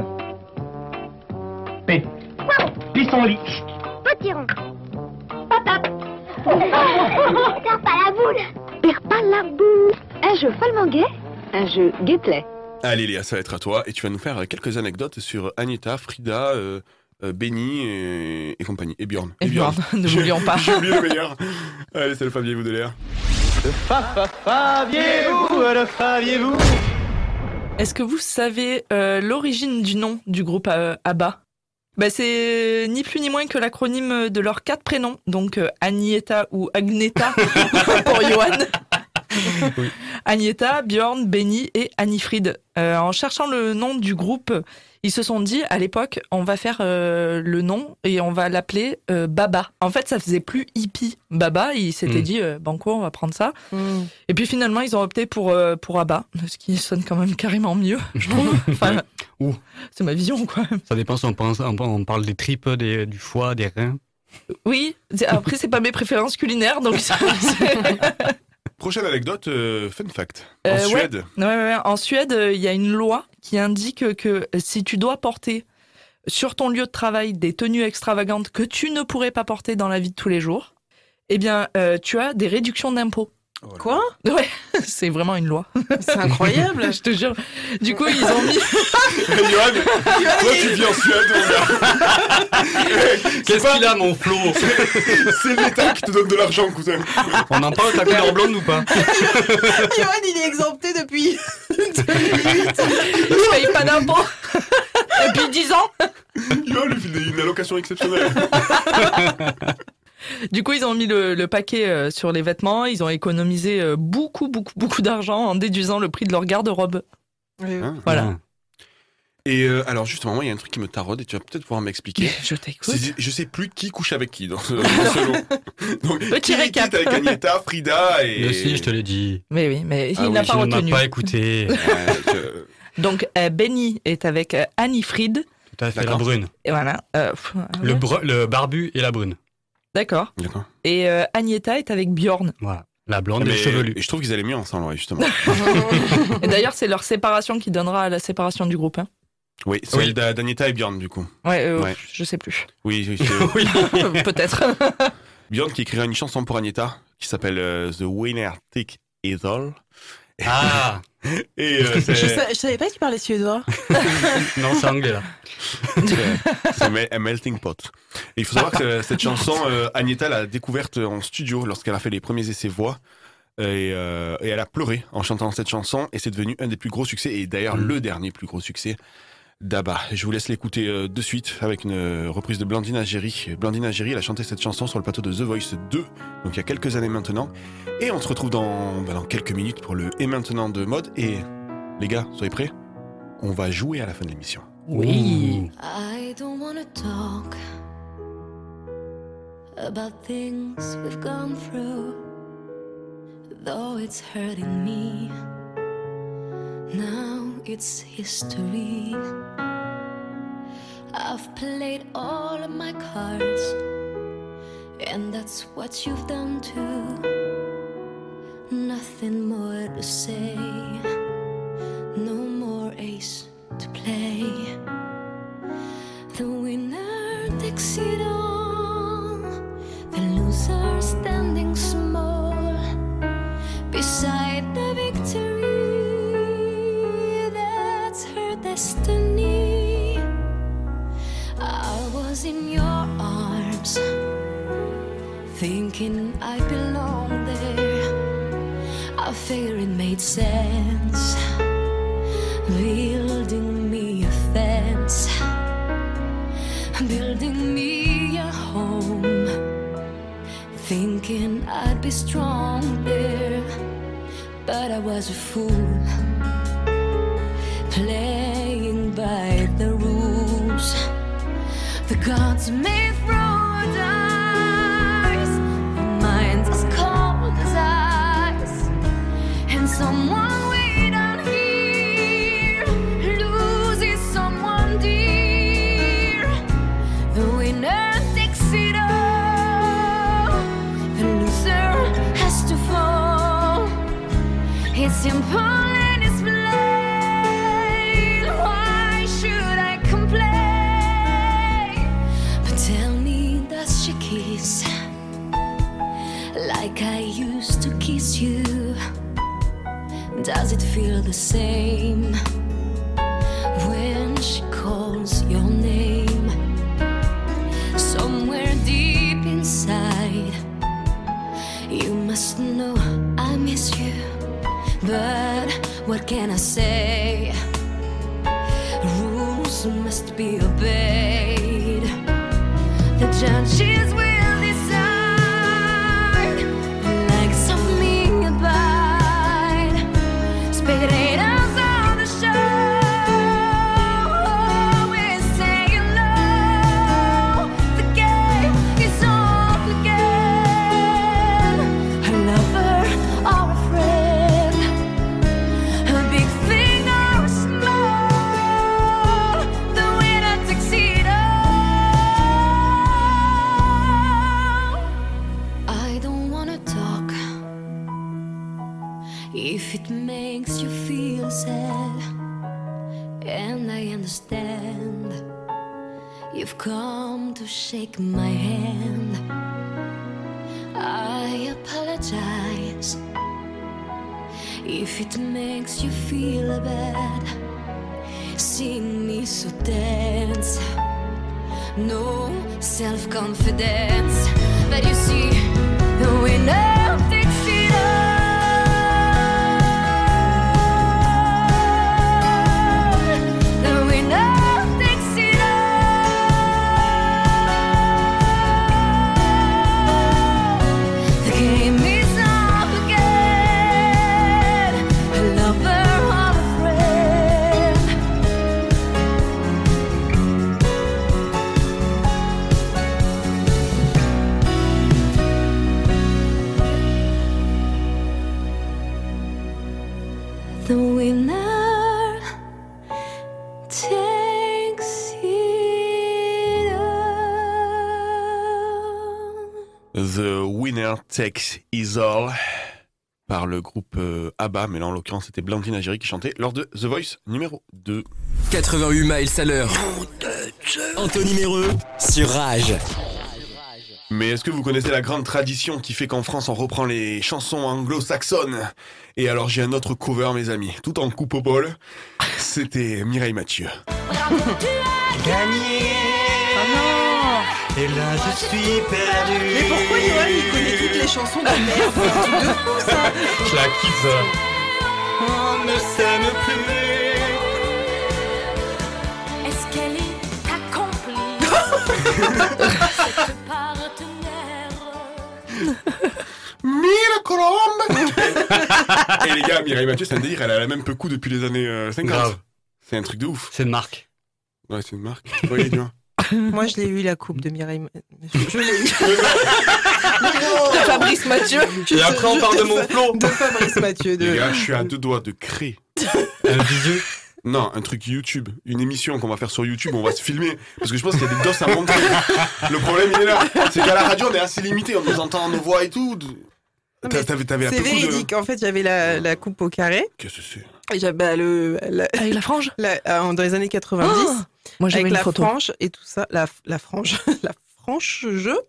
P. Pissenlit. Potiron. Patate. Perds pas la boule. Perds pas la boule. Un jeu follement gai. Un jeu gai-play. Allez Léa, ça va être à toi et tu vas nous faire quelques anecdotes sur Agnetha, Frida, euh, euh, Benny et, et compagnie. Et Bjorn. Et Bjorn, n'oublions pas. J'ai oublié le meilleur. Allez, c'est le Faviez-vous de Léa. Le fa fa faviez-vous, le faviez-vous. Est-ce que vous savez euh, l'origine du nom du groupe euh, ABBA? Bah, c'est ni plus ni moins que l'acronyme de leurs quatre prénoms, donc euh, Agnetha ou Agnetha pour Johan. Oui. Agnetha, Bjorn, Benny et Annifried. Euh, en cherchant le nom du groupe, ils se sont dit à l'époque, on va faire euh, le nom et on va l'appeler euh, Baba. En fait, ça faisait plus hippie. Baba, ils s'étaient mm. dit, euh, banco, on va prendre ça. Mm. Et puis finalement, ils ont opté pour, euh, pour ABBA, ce qui sonne quand même carrément mieux, je trouve. Enfin, Ouh. C'est ma vision, quoi. Ça dépend si on, pense, on parle des tripes, des, du foie, des reins. Oui, après, c'est pas mes préférences culinaires, donc ça, Prochaine anecdote, euh, fun fact. En euh, Suède. Ouais, ouais, ouais. En Suède, il euh, y a une loi qui indique que si tu dois porter sur ton lieu de travail des tenues extravagantes que tu ne pourrais pas porter dans la vie de tous les jours, eh bien, euh, tu as des réductions d'impôts. Oh Quoi? Ouais, c'est vraiment une loi. C'est incroyable. Je te jure. Du coup, ils ont mis... Johan, toi tu vis en Suède, mon gars. Qu'est-ce pas... qu'il a, mon Flo? C'est l'État qui te donne de l'argent, cousin. On en parle de ta couleur blonde ou pas? Johan, il est exempté depuis deux mille huit. Il paye pas d'impôts depuis dix ans. Johan lui file une allocation exceptionnelle. Du coup, ils ont mis le, le paquet euh, sur les vêtements. Ils ont économisé euh, beaucoup, beaucoup, beaucoup d'argent en déduisant le prix de leur garde-robe. Oui. Ah, voilà. Et euh, alors, justement, moi, il y a un truc qui me taraude et tu vas peut-être pouvoir m'expliquer. Je t'écoute. C'est, je sais plus qui couche avec qui dans ce, dans ce lot. Donc, Petit qui, récap. Qui est avec Agnetha, Frida et... Mais si, je te l'ai dit. Mais oui, mais il ah n'a oui, pas je retenu. ne m'as pas écouté. Ouais, je... Donc, euh, Benny est avec euh, Annifried. Tout à fait, D'accord. la brune. Et voilà. Euh, pff, le, ouais. br- le barbu et la brune. D'accord. D'accord. Et euh, Agnetha est avec Bjorn. Voilà. La blonde Mais, et chevelue. Et je trouve qu'ils allaient mieux ensemble, ouais, justement. Et d'ailleurs, c'est leur séparation qui donnera à la séparation du groupe. Hein. Oui, celle oui. d'Agnetha et Bjorn, du coup. Ouais, euh, ouais. je sais plus. Oui, oui, c'est... oui. Peut-être. Bjorn qui écrira une chanson pour Agnetha qui s'appelle euh, The Winner Take It All. Ah. Et euh, c'est... Je, sa- je savais pas qu'il parlait suédois. Non, c'est anglais là. C'est un melting pot. Et il faut savoir que cette chanson, euh, Agnetha l'a découverte en studio lorsqu'elle a fait les premiers essais voix. Et, euh, et elle a pleuré en chantant cette chanson. Et c'est devenu un des plus gros succès. Et d'ailleurs, mmh. le dernier plus gros succès d'ABBA. Je vous laisse l'écouter euh, de suite avec une reprise de Blandine Agéry. Blandine Agéry, elle a chanté cette chanson sur le plateau de The Voice deux, donc il y a quelques années maintenant. Et on se retrouve dans, bah, dans quelques minutes pour le Et maintenant de mode. Et les gars, soyez prêts? On va jouer à la fin de l'émission. Oui. I don't wanna talk about things we've gone through, though it's hurting me. Now it's history. I've played all of my cards, and that's what you've done too. Nothing more to say, no more ace to play. The winner takes it all, the loser standing small beside the victory. destiny. I was in your arms, thinking I belonged there. I figured it made sense, building me a fence, building me a home, thinking I'd be strong there. But I was a fool, playing by the rules the gods made through the eyes. The mind's as cold as ice, and someone we don't hear loses someone dear. The winner takes it all, the loser has to fall. It's simple and it's plain. Why should I complain? But tell me, does she kiss like I used to kiss you? Does it feel the same when she calls your name? Somewhere deep inside, you must know I miss you. But what can I say? Rules must be obeyed. The judges will decide. The likes of me abide. Spectators on the show always saying no. The game is on again. A lover or a friend, a big thing or a small, the winner takes it all. I don't wanna talk if it makes you feel sad, and I understand you've come to shake my hand. I apologize if it makes you feel bad, seeing me so tense, no self-confidence. But you see, the winner takes it all. The winner takes it all. The game is up again. A lover or a friend. The winner takes it all. The Winner Takes It All par le groupe euh, ABBA, mais là en l'occurrence c'était Blandine Agiri qui chantait lors de The Voice numéro deux. quatre-vingt-huit miles à l'heure. Anthony Méreux sur Rage. Mais est-ce que vous connaissez la grande tradition qui fait qu'en France on reprend les chansons anglo-saxonnes? Et alors j'ai un autre cover, mes amis, tout en coupe au bol. C'était Mireille Mathieu. Gagné. Oh non. Et là je suis perdu. Mais pourquoi Noël il connaît toutes les chansons de merde? C'est un truc de fou ça. Je la kiffe ça. On ne s'aime plus. Est-ce qu'elle est accomplie? Cette partenaire. Mille colombes. Et les gars, Mireille Mathieu, c'est un délire, elle a la même peu coup depuis les années euh, cinquante. Grave. C'est un truc de ouf. C'est une marque. Ouais, c'est une marque. Oui, dis-moi. Moi, je l'ai eu, la coupe de Mireille. Je, je l'ai eu. De Fabrice Mathieu. Et après, on parle de mon flot. De Fabrice Mathieu. De... Les gars, je suis à deux doigts de créer. Un bisou. Non, un truc YouTube. Une émission qu'on va faire sur YouTube, on va se filmer. Parce que je pense qu'il y a des doses à montrer. Le problème, il est là. C'est qu'à la radio, on est assez limité. On nous entend nos voix et tout. T'avais, t'avais la C'est véridique. de... En fait, j'avais la, la coupe au carré. Qu'est-ce que c'est? Et j'avais bah, le. La... Avec la frange la, euh, Dans les années quatre-vingt-dix. Oh, moi, j'avais avec une la photo. frange et tout ça. La, la frange. La frange jeu.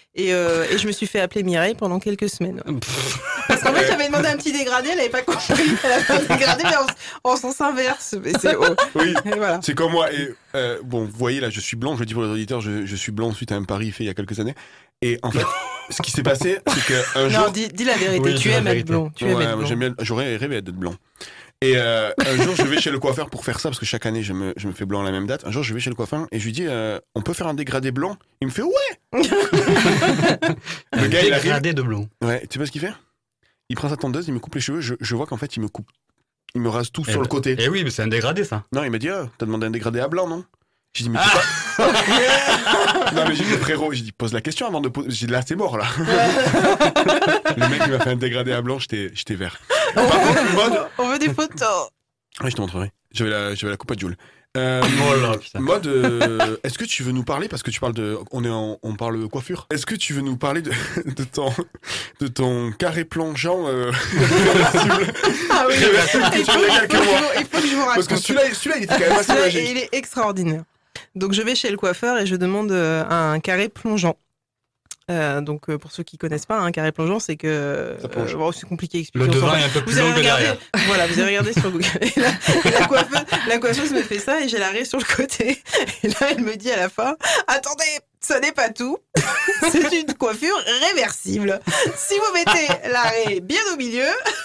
Et, euh, et je me suis fait appeler Mireille pendant quelques semaines. Parce qu'en fait, j'avais demandé un petit dégradé, elle n'avait pas compris. Elle avait un dégradé, mais en, en sens inverse. Mais c'est, oh. Oui, et voilà. C'est comme moi. Et, euh, bon, vous voyez, là, je suis blanc. Je le dis pour les auditeurs, je, je suis blanc suite à un pari fait il y a quelques années. Et en fait, ce qui s'est passé, c'est qu'un jour... Non, dis, dis la vérité, oui, tu aimes être blond. Tu ouais, aimes être blond. J'aime bien, j'aurais rêvé d'être blond. Et euh, un jour, je vais chez le coiffeur pour faire ça, parce que chaque année, je me, je me fais blanc à la même date. Un jour, je vais chez le coiffeur et je lui dis, euh, on peut faire un dégradé blanc? Il me fait, ouais. Le gars, il arrive. Dégradé de blond. Ouais, tu sais pas ce qu'il fait? Il prend sa tondeuse, il me coupe les cheveux. Je, je vois qu'en fait, il me coupe. Il me rase tout et sur bah, le côté. Et oui, mais c'est un dégradé, ça. Non, il m'a dit, ah, t'as demandé un dégradé à blanc, non? J'ai dit, mais ah tu pas... Non, mais j'ai dit, frérot, j'ai dit, pose la question avant de poser. J'ai dit, là, c'est mort, là. Le mec, il m'a fait un dégradé à blanc, j'étais, j'étais vert. On, Par veut, contre, mode... on veut des photos. Oui, je te montrerai. J'avais la, j'avais la coupe à Joule. Euh, oh là, putain. Mode, euh, est-ce que tu veux nous parler, parce que tu parles de, on est en, on parle coiffure. Est-ce que tu veux nous parler de, de ton, de ton carré plongeant euh, réversible? Ah oui. Réversible que il, tu faut, as il y a il, quelques faut, mois. il faut que je vous raconte. Parce que celui-là, celui-là, il était quand même assez celui-là, magique. il est extraordinaire. Donc je vais chez le coiffeur et je demande euh, un carré plongeant. Euh, donc euh, pour ceux qui connaissent pas, un carré plongeant, c'est que euh, bon, c'est compliqué à expliquer. Le devant est un peu plus long que derrière. Voilà, vous avez regardé sur Google. Et là, la, coiffeuse, la coiffeuse me fait ça et j'ai l'arrêt sur le côté. Et là, elle me dit à la fin, attendez, ce n'est pas tout. C'est une coiffure réversible. Si vous mettez l'arrêt bien au milieu,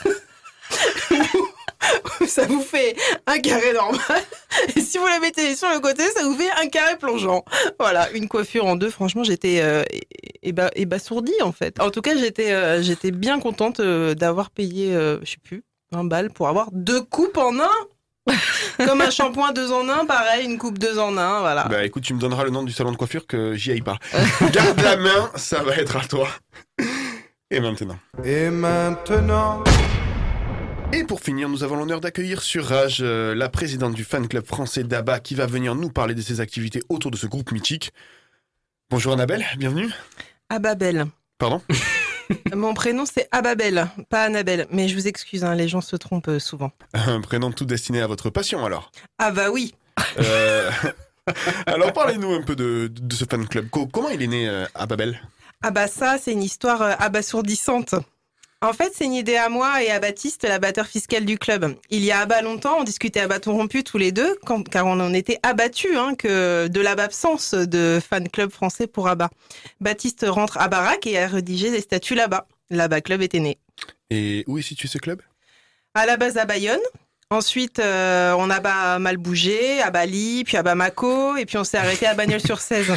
ça vous fait un carré normal. Et si vous la mettez sur le côté, ça vous fait un carré plongeant. Voilà, une coiffure en deux. Franchement, j'étais euh, éba- ébasourdie, en fait. En tout cas, j'étais, euh, j'étais bien contente euh, d'avoir payé, euh, je sais plus, un bal pour avoir deux coupes en un. Comme un shampoing deux en un, pareil, une coupe deux en un, voilà. Bah écoute, tu me donneras le nom du salon de coiffure que j'y aille pas. Garde la main, ça va être à toi. Et maintenant. Et maintenant... Et pour finir, nous avons l'honneur d'accueillir sur Rage euh, la présidente du fan club français d'Abba qui va venir nous parler de ses activités autour de ce groupe mythique. Bonjour Annabelle, bienvenue. Ababel. Pardon? Mon prénom c'est Ababel, pas Annabelle, mais je vous excuse, hein, les gens se trompent souvent. Un prénom tout destiné à votre passion alors. Ah bah oui. Euh... Alors parlez-nous un peu de, de ce fan club. Comment il est né euh, Ababel? Ah bah ça, c'est une histoire euh, abasourdissante. En fait, c'est une idée à moi et à Baptiste, la batteur fiscal du club. Il y a à bas longtemps, on discutait à bâton rompu tous les deux, quand, car on en était abattus hein, que de l'absence de fan club français pour Abba. Baptiste rentre à Baraque et a rédigé des statuts là-bas. L'Abba Club était né. Et où est situé ce club? À la base à Bayonne. Ensuite, euh, on a bah, mal bougé, à Bali, puis à Bamako, et puis on s'est arrêté à Bagnols-sur-Cèze.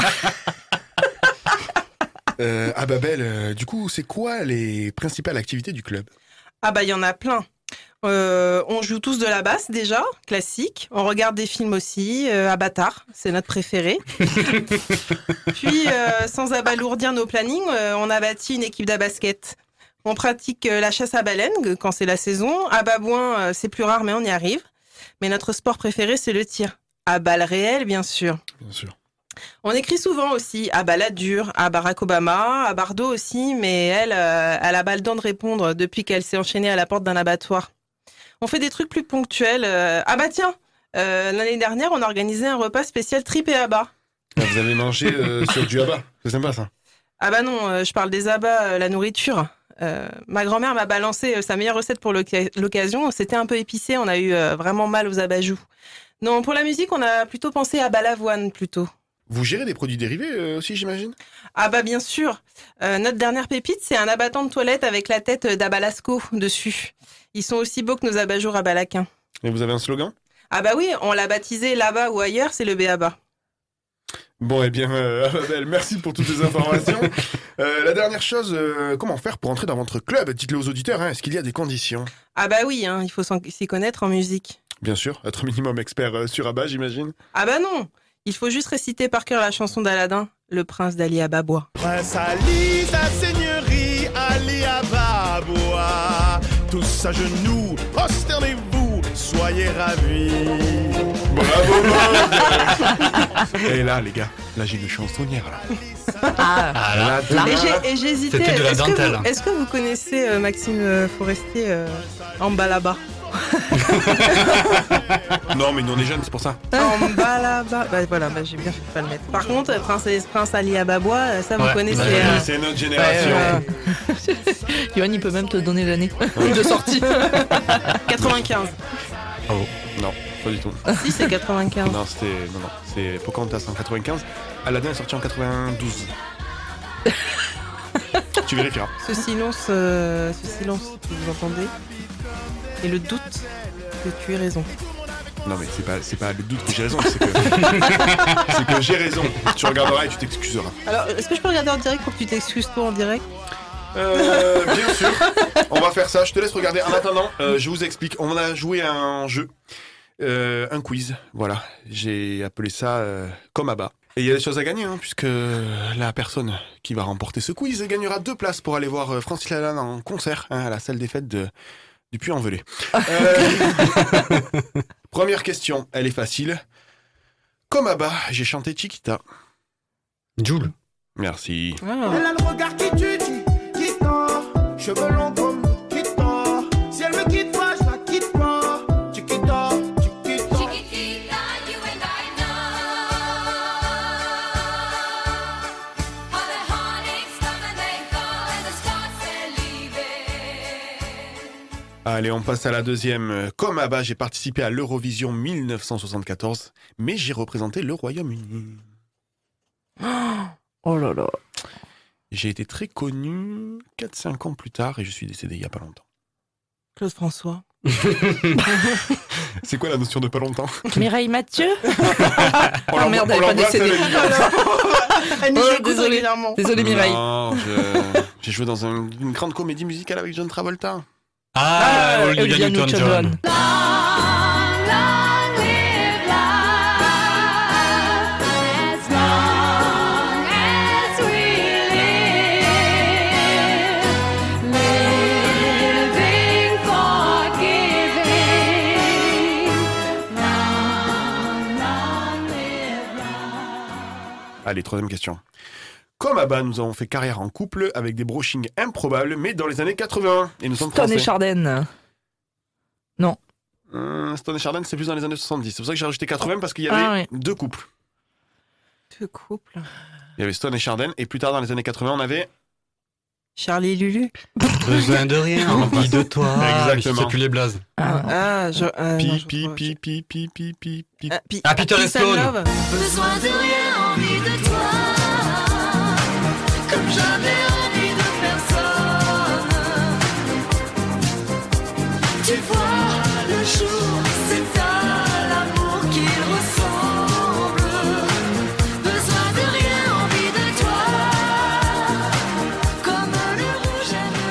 Euh, Ababel, euh, du coup, c'est quoi les principales activités du club? Ah bah il y en a plein. Euh, on joue tous de la basse déjà, classique. On regarde des films aussi, euh, Avatar, c'est notre préféré. Puis, euh, sans abalourdir nos plannings, euh, on a bâti une équipe d'abasket. On pratique euh, la chasse à baleines quand c'est la saison. À babouin, euh, c'est plus rare, mais on y arrive. Mais notre sport préféré, c'est le tir. À balles réelles, bien sûr. Bien sûr. On écrit souvent aussi à Balladur, à Barack Obama, à Bardot aussi, mais elle, euh, elle a pas le temps de répondre depuis qu'elle s'est enchaînée à la porte d'un abattoir. On fait des trucs plus ponctuels. Euh, ah bah tiens, euh, l'année dernière, on a organisé un repas spécial tripes et abats. Ah, vous avez mangé euh, sur du abats, c'est sympa ça. Ah bah non, euh, je parle des abats, euh, la nourriture. Euh, ma grand-mère m'a balancé euh, sa meilleure recette pour l'oc- l'occasion. C'était un peu épicé, on a eu euh, vraiment mal aux abat-joues. Non, pour la musique, on a plutôt pensé à Balavoine plutôt. Vous gérez des produits dérivés euh, aussi, j'imagine? Ah bah bien sûr. Euh, notre dernière pépite, c'est un abattant de toilette avec la tête d'Abalasco dessus. Ils sont aussi beaux que nos abat-jours à Balaquin. Et vous avez un slogan? Ah bah oui, on l'a baptisé là-bas ou ailleurs, c'est le B.A.B.A. Bon, eh bien, euh, Ababel, merci pour toutes ces informations. euh, la dernière chose, euh, comment faire pour entrer dans votre club? Dites-le aux auditeurs, hein, est-ce qu'il y a des conditions? Ah bah oui, hein, il faut s'y connaître en musique. Bien sûr, être minimum expert euh, sur Abba, j'imagine. Ah bah non, il faut juste réciter par cœur la chanson d'Aladin, Le Prince d'Ali Ababois. Prince Ali, sa seigneurie, Ali Ababois. Tous à genoux, prosternez-vous, soyez ravis. Bravo, Et là, les gars, là j'ai une chansonnière là. Ah, Ah, là, là. Et j'ai- et j'ai hésité. C'était de la Est-ce que dentelle. vous- Est-ce que vous connaissez euh, Maxime euh, Forestier euh, en Balaba? non, mais nous on est jeunes, c'est pour ça. En bas là-bas. Bah voilà, bah, j'ai bien fait de pas le mettre. Par contre, Princesse Prince Ali Ababois, ça vous Ouais. connaissez. Ouais, hein. c'est notre génération. Ouais, Yoann, il peut même te donner l'année de sortie. quatre-vingt-quinze. Bravo. Non, pas du tout. Si, c'est quatre-vingt-quinze. Non, c'était. Non, non, c'est Pocahontas en quatre-vingt-quinze. Aladdin est sorti en quatre-vingt-douze. Tu vérifieras. Ce silence, euh, ce silence que vous entendez, et le doute que tu aies raison. Non, mais c'est pas, c'est pas le doute que j'ai raison, c'est que. c'est que j'ai raison. Tu regarderas et tu t'excuseras. Alors, est-ce que je peux regarder en direct pour que tu t'excuses toi en direct? Euh, bien sûr. On va faire ça. Je te laisse regarder. En attendant, euh, je vous explique. On a joué à un jeu, euh, un quiz. Voilà. J'ai appelé ça euh, comme à bas. Et il y a des choses à gagner, hein, puisque la personne qui va remporter ce quiz gagnera deux places pour aller voir euh, Francis Lalanne en concert hein, à la salle des fêtes de, du Puy-en-Velay. Euh, première question, elle est facile. Comme à bas, j'ai chanté Chiquita. Joule. Merci. Ah. Elle a le regard qui tue, qui, qui tord. Cheveux longs comme qui tord. Si elle me quitte pas, je la quitte pas. Chiquita, Chiquita. Chiquitita, you and I know how the heartaches come and they go and the stars they're leaving. Allez, on passe à la deuxième. Comme à bas, j'ai participé à l'Eurovision dix-neuf cent soixante-quatorze, mais j'ai représenté le Royaume-Uni. Oh là là. J'ai été très connu quatre cinq ans plus tard et je suis décédé il y a pas longtemps. Claude François. C'est quoi la notion de pas longtemps? Mireille Mathieu. On Oh merde, elle est pas décédée. Elle nous Oh, écoute désolé. régulièrement. Désolé Mireille. Non, je- j'ai joué dans un- une grande comédie musicale avec John Travolta. Ah, Olivia Olivia Newton-John. Newton-John. As long as we live, living, forgiving, long, long live long. Allez, troisième question. Comme à bas, nous avons fait carrière en couple avec des brochings improbables, mais dans les années quatre-vingts. Et nous sommes Stone français. et Chardin. Non. Hum, Stone et Chardin, c'est plus dans les années soixante-dix. C'est pour ça que j'ai rajouté quatre-vingts parce qu'il y avait Ah ouais. deux couples. Deux couples. Il y avait Stone et Chardin, et plus tard dans les années quatre-vingts, on avait. Charlie et Lulu. Besoin de rien, envie de toi. Exactement. Je sais plus les blazes. Ah, je. euh, non, Pi, je pi, crois- pi, pi, pi, pi, pi, pi. Ah, pi- Ah, Peter Peace et and Sloan. Love. Besoin de rien, envie de toi, comme j'avais envie de personne. Tu vois, le jour, c'est à l'amour qu'il ressemble. Besoin de rien, envie de toi, comme le rouge aime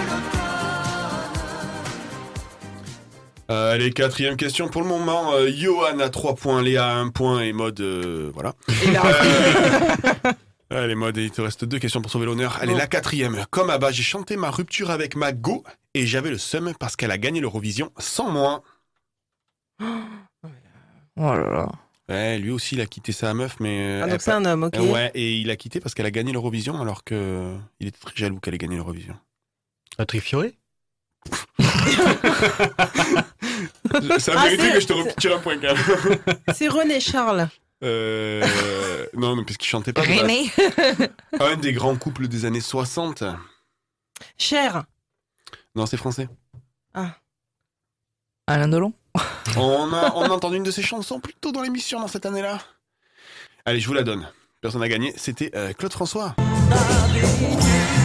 l'automne. Euh, allez, quatrième question pour le moment. Euh, Johan a trois points, Léa a un point et Maud. euh, voilà. Et là, Euh, Allez, Maud, il te reste deux questions pour sauver l'honneur. Allez, Bon. la quatrième. Comme à bas, j'ai chanté ma rupture avec ma go et j'avais le seum parce qu'elle a gagné l'Eurovision sans moi. Oh là là. Ouais, lui aussi, il a quitté sa meuf, mais. euh, Ah, elle donc c'est pa- un homme, ok. Euh, Ouais, et il a quitté parce qu'elle a gagné l'Eurovision alors que il était très jaloux qu'elle ait gagné l'Eurovision. Patrick Fiori. Ça Ah, mérité c'est- que je te retire un point quand même. C'est René Charles. Euh, non, mais parce qu'il chantait pas. de base. René. Un des grands couples des années soixante. Cher. Non, c'est français. Alain Delon. On a, on a entendu une de ses chansons plus tôt dans l'émission dans cette année-là. Allez, je vous la donne. Personne n'a gagné. C'était euh, Claude François. D'habitude,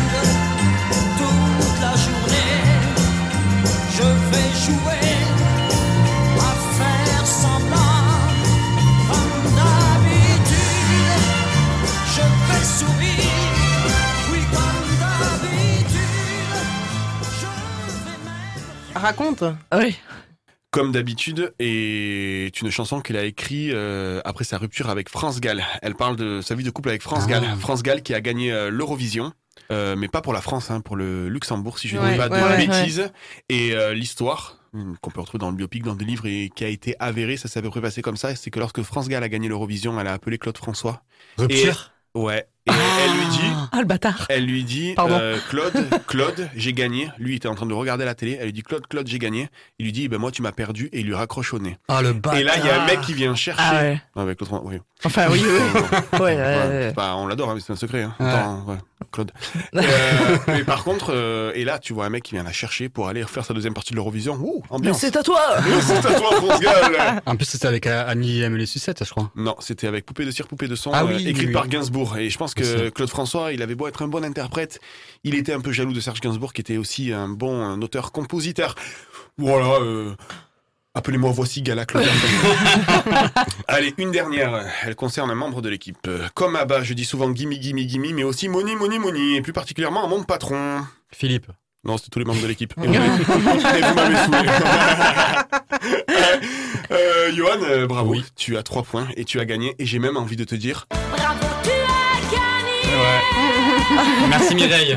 toute la journée, je vais jouer à faire semblant. Comme d'habitude, je vais sourire. Oui, comme d'habitude, je vais même. Raconte. Oui. Comme d'habitude, est une chanson qu'elle a écrite euh, après sa rupture avec France Gall. Elle parle de sa vie de couple avec France Ah. Gall. France Gall qui a gagné euh, l'Eurovision, euh, mais pas pour la France, hein, pour le Luxembourg, si je ne Ouais, dis pas ouais, de ouais, bêtises. Et euh, l'histoire, hum, qu'on peut retrouver dans le biopic, dans des livres, et qui a été avérée, ça s'est à peu près passé comme ça, c'est que lorsque France Gall a gagné l'Eurovision, elle a appelé Claude François. Rupture. Et, ouais. Et elle lui dit, Ah, le bâtard. elle lui dit, Pardon. euh, Claude, Claude, j'ai gagné. Lui, il était en train de regarder la télé. Elle lui dit, Claude, Claude, j'ai gagné. Il lui dit, ben moi, tu m'as perdu. Et il lui raccroche au nez. Ah, le bâtard. Et là, il y a un mec qui vient chercher. Ah ouais. Avec l'autre, oui. Enfin, oui, oui. ouais, Ouais, euh, c'est pas- on l'adore, hein, mais c'est un secret. Hein. Ouais. Attends, ouais, Claude. Euh, mais par contre, euh, et là, tu vois un mec qui vient la chercher pour aller faire sa deuxième partie de l'Eurovision. Ouh, Mais ambiance. c'est à toi. Mais c'est à toi, France Gall. En plus, c'était avec euh, Annie M. les Sucettes, je crois. Non, c'était avec Poupée de cire, Poupée de son, Ah euh, oui, écrit oui, par oui. Gainsbourg. Et je pense que Aussi. Claude François, il avait beau être un bon interprète, il était un peu jaloux de Serge Gainsbourg, qui était aussi un bon un auteur-compositeur. Voilà, euh, appelez-moi voici Gala Claude. Allez, une dernière. Elle concerne un membre de l'équipe. Euh, Comme Abba, je dis souvent gimme, gimme, gimme, mais aussi money, money, money, et plus particulièrement à mon patron. Philippe. Non, c'était tous les membres de l'équipe. Et, vous m'avez- et vous m'avez saoulé. euh, Johan, euh, bravo. Oui. Tu as trois points et tu as gagné. Et j'ai même envie de te dire. Bravo, tu as gagné. Ouais. Merci Mireille.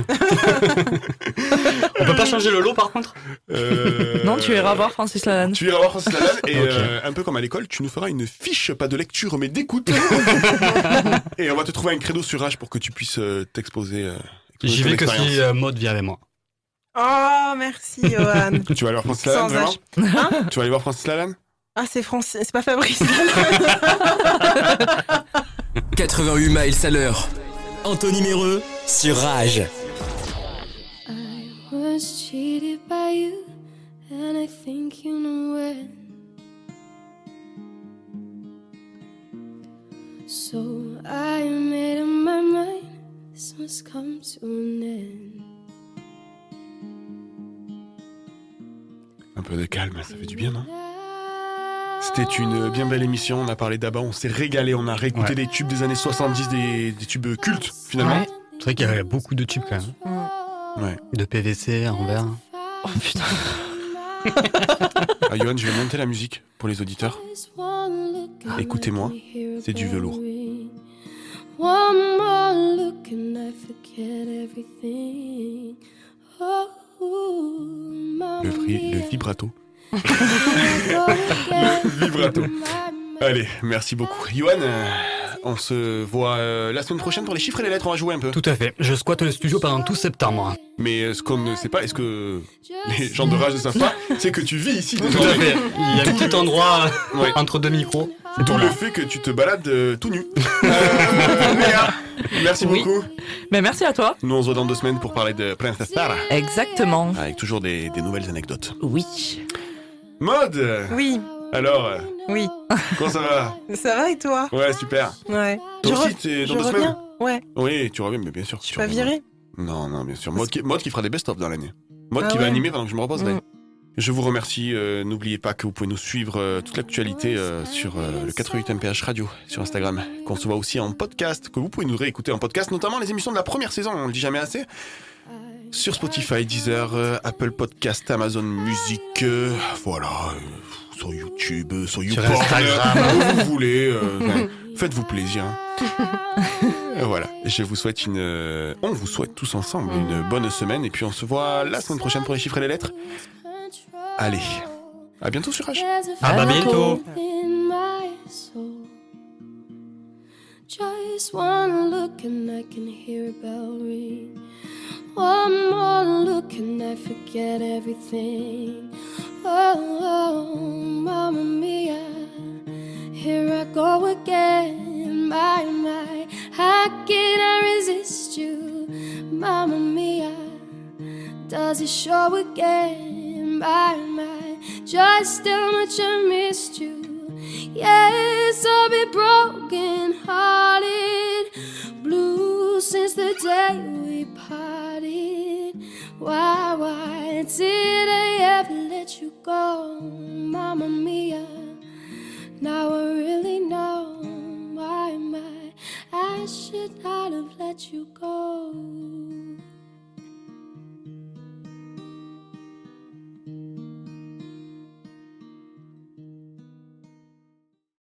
On peut pas changer le lot par contre euh, Non, tu iras voir Francis Lalanne. Tu iras voir Francis Lalanne. Et Ok. euh, un peu comme à l'école, tu nous feras une fiche, pas de lecture, mais d'écoute. Et on va te trouver un credo sur Rage pour que tu puisses euh, t'exposer. Euh, J'y ton vais que expérience. si euh, Maud vient avec moi. Oh, merci, Johan. Tu vas aller voir Francis Lalanne, Sans vraiment âge. Hein Tu vas aller voir Francis Lalanne Ah, c'est Francis, c'est pas Fabrice. quatre-vingt-huit miles à l'heure. Anthony Méreux sur Rage. I was cheated by you, and I think you know it. So I made up my mind, this must come to an end. Un peu de calme, ça fait du bien, non C'était une bien belle émission, on a parlé d'Abba, on s'est régalé, on a réécouté Ouais. des tubes des années soixante-dix, des, des tubes cultes, finalement. Ouais. C'est vrai qu'il y avait beaucoup de tubes quand même. Ouais. De P V C en verre. Oh putain. Ah, Johan, je vais monter la musique pour les auditeurs. Écoutez-moi, c'est du velours. One more look and I forget everything. Oh, Le, fri- le vibrato. Le vibrato. Allez, merci beaucoup. Johan, euh, on se voit euh, la semaine prochaine pour les chiffres et les lettres, on va jouer un peu. Tout à fait. Je squatte le studio pendant tout septembre. Mais euh, ce qu'on ne sait pas, est-ce que les gens de Rage ne savent pas, c'est que tu vis ici Tout à désormais. fait. Il y a un petit endroit Ouais. entre deux micros. D'où le fait que tu te balades euh, tout nu. Euh, Léa, merci Oui. beaucoup. Mais merci à toi. Nous on se voit dans deux semaines pour parler de Princess Sarah. Exactement. Avec toujours des, des nouvelles anecdotes. Oui. Mode Oui, Alors, euh, oui. comment ça va Ça va et toi? Ouais, super. Ouais. Toi Je aussi, re- t'es dans je deux reviens. semaines Ouais. Oui, tu reviens, mais bien sûr. Je suis pas virée. Non, non, bien sûr. Mode qui, Mode qui fera des best-of dans l'année. Mode Ah qui va ouais. animer pendant que je me reposerai. Mm. Je vous remercie. euh, N'oubliez pas que vous pouvez nous suivre euh, toute l'actualité euh, sur euh, le quatre-vingt-huit M P H Radio sur Instagram, qu'on se voit aussi en podcast, que vous pouvez nous réécouter en podcast, notamment les émissions de la première saison, on le dit jamais assez, sur Spotify, Deezer, euh, Apple Podcast, Amazon Music, euh, voilà, euh, sur YouTube, euh, sur YouPorn, Instagram. euh, où vous voulez. euh, ouais, faites-vous plaisir. hein. Et voilà, je vous souhaite une... euh, on vous souhaite tous ensemble une bonne semaine, et puis on se voit la semaine prochaine pour les chiffres et les lettres. Allez, à bientôt sur Rage. Ah bah bientôt. In my soul. Just one look and I can hear a bell ring. One more look and I forget everything. Oh, oh, Mamma Mia, here I go again. My, my, how can I resist you? Mamma Mia, does it show again? My, my, just how much I missed you. Yes, I've been broken hearted, blue since the day we parted. Why, why did I ever let you go, Mamma Mia? Now I really know why, my, I should not have let you go.